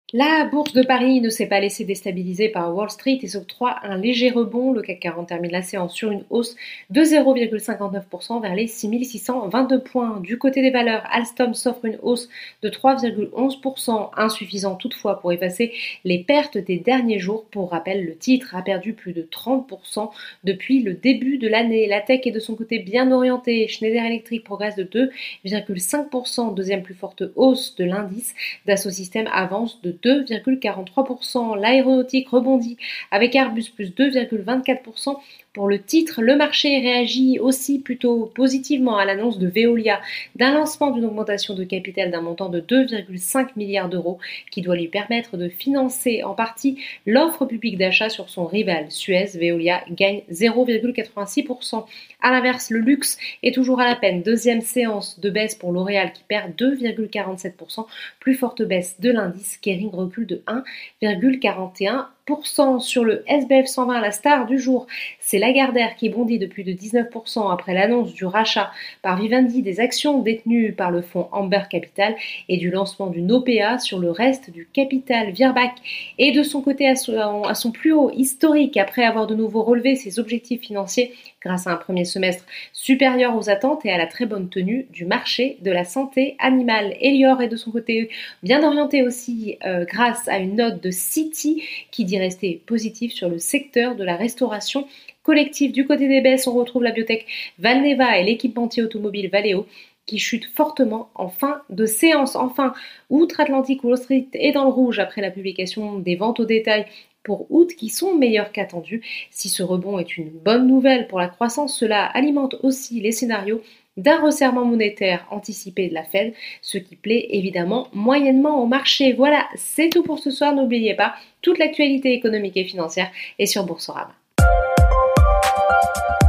La bourse de Paris ne s'est pas laissée déstabiliser par Wall Street et s'octroie un léger rebond. Le CAC 40 termine la séance sur une hausse de 0,59% vers les 6622 points. Du côté des valeurs, Alstom s'offre une hausse de 3,11%, insuffisant toutefois pour effacer les pertes des derniers jours. Pour rappel, le titre a perdu plus de 30% depuis le début de l'année. La tech est de son côté bien orientée. Schneider Electric progresse de 2,5%, deuxième plus forte hausse de l'indice. Dassault Systèmes avance de 2,43%. L'aéronautique rebondit avec Airbus plus 2,24%. Pour le titre, le marché réagit aussi plutôt positivement à l'annonce de Veolia d'un lancement d'une augmentation de capital d'un montant de 2,5 milliards d'euros qui doit lui permettre de financer en partie l'offre publique d'achat sur son rival Suez. Veolia gagne 0,86%. A l'inverse, le luxe est toujours à la peine. Deuxième séance de baisse pour L'Oréal qui perd 2,47%. Plus forte baisse de l'indice. Kering recule de 1,41%. Sur le SBF 120, la star du jour, c'est Lagardère qui bondit de plus de 19% après l'annonce du rachat par Vivendi des actions détenues par le fonds Amber Capital et du lancement d'une OPA sur le reste du capital. Virbac est de son côté à son plus haut historique après avoir de nouveau relevé ses objectifs financiers grâce à un premier semestre supérieur aux attentes et à la très bonne tenue du marché de la santé animale. Elior est de son côté bien orienté aussi grâce à une note de Citi qui dit rester positif sur le secteur de la restauration collective. Du côté des baisses, on retrouve la biotech Valneva et l'équipementier automobile Valeo qui chute fortement en fin de séance. Enfin, outre-Atlantique, Wall Street est dans le rouge après la publication des ventes au détail pour août qui sont meilleures qu'attendues. Si ce rebond est une bonne nouvelle pour la croissance, cela alimente aussi les scénarios d'un resserrement monétaire anticipé de la Fed, ce qui plaît évidemment moyennement au marché. Voilà, c'est tout pour ce soir. N'oubliez pas, toute l'actualité économique et financière est sur Boursorama.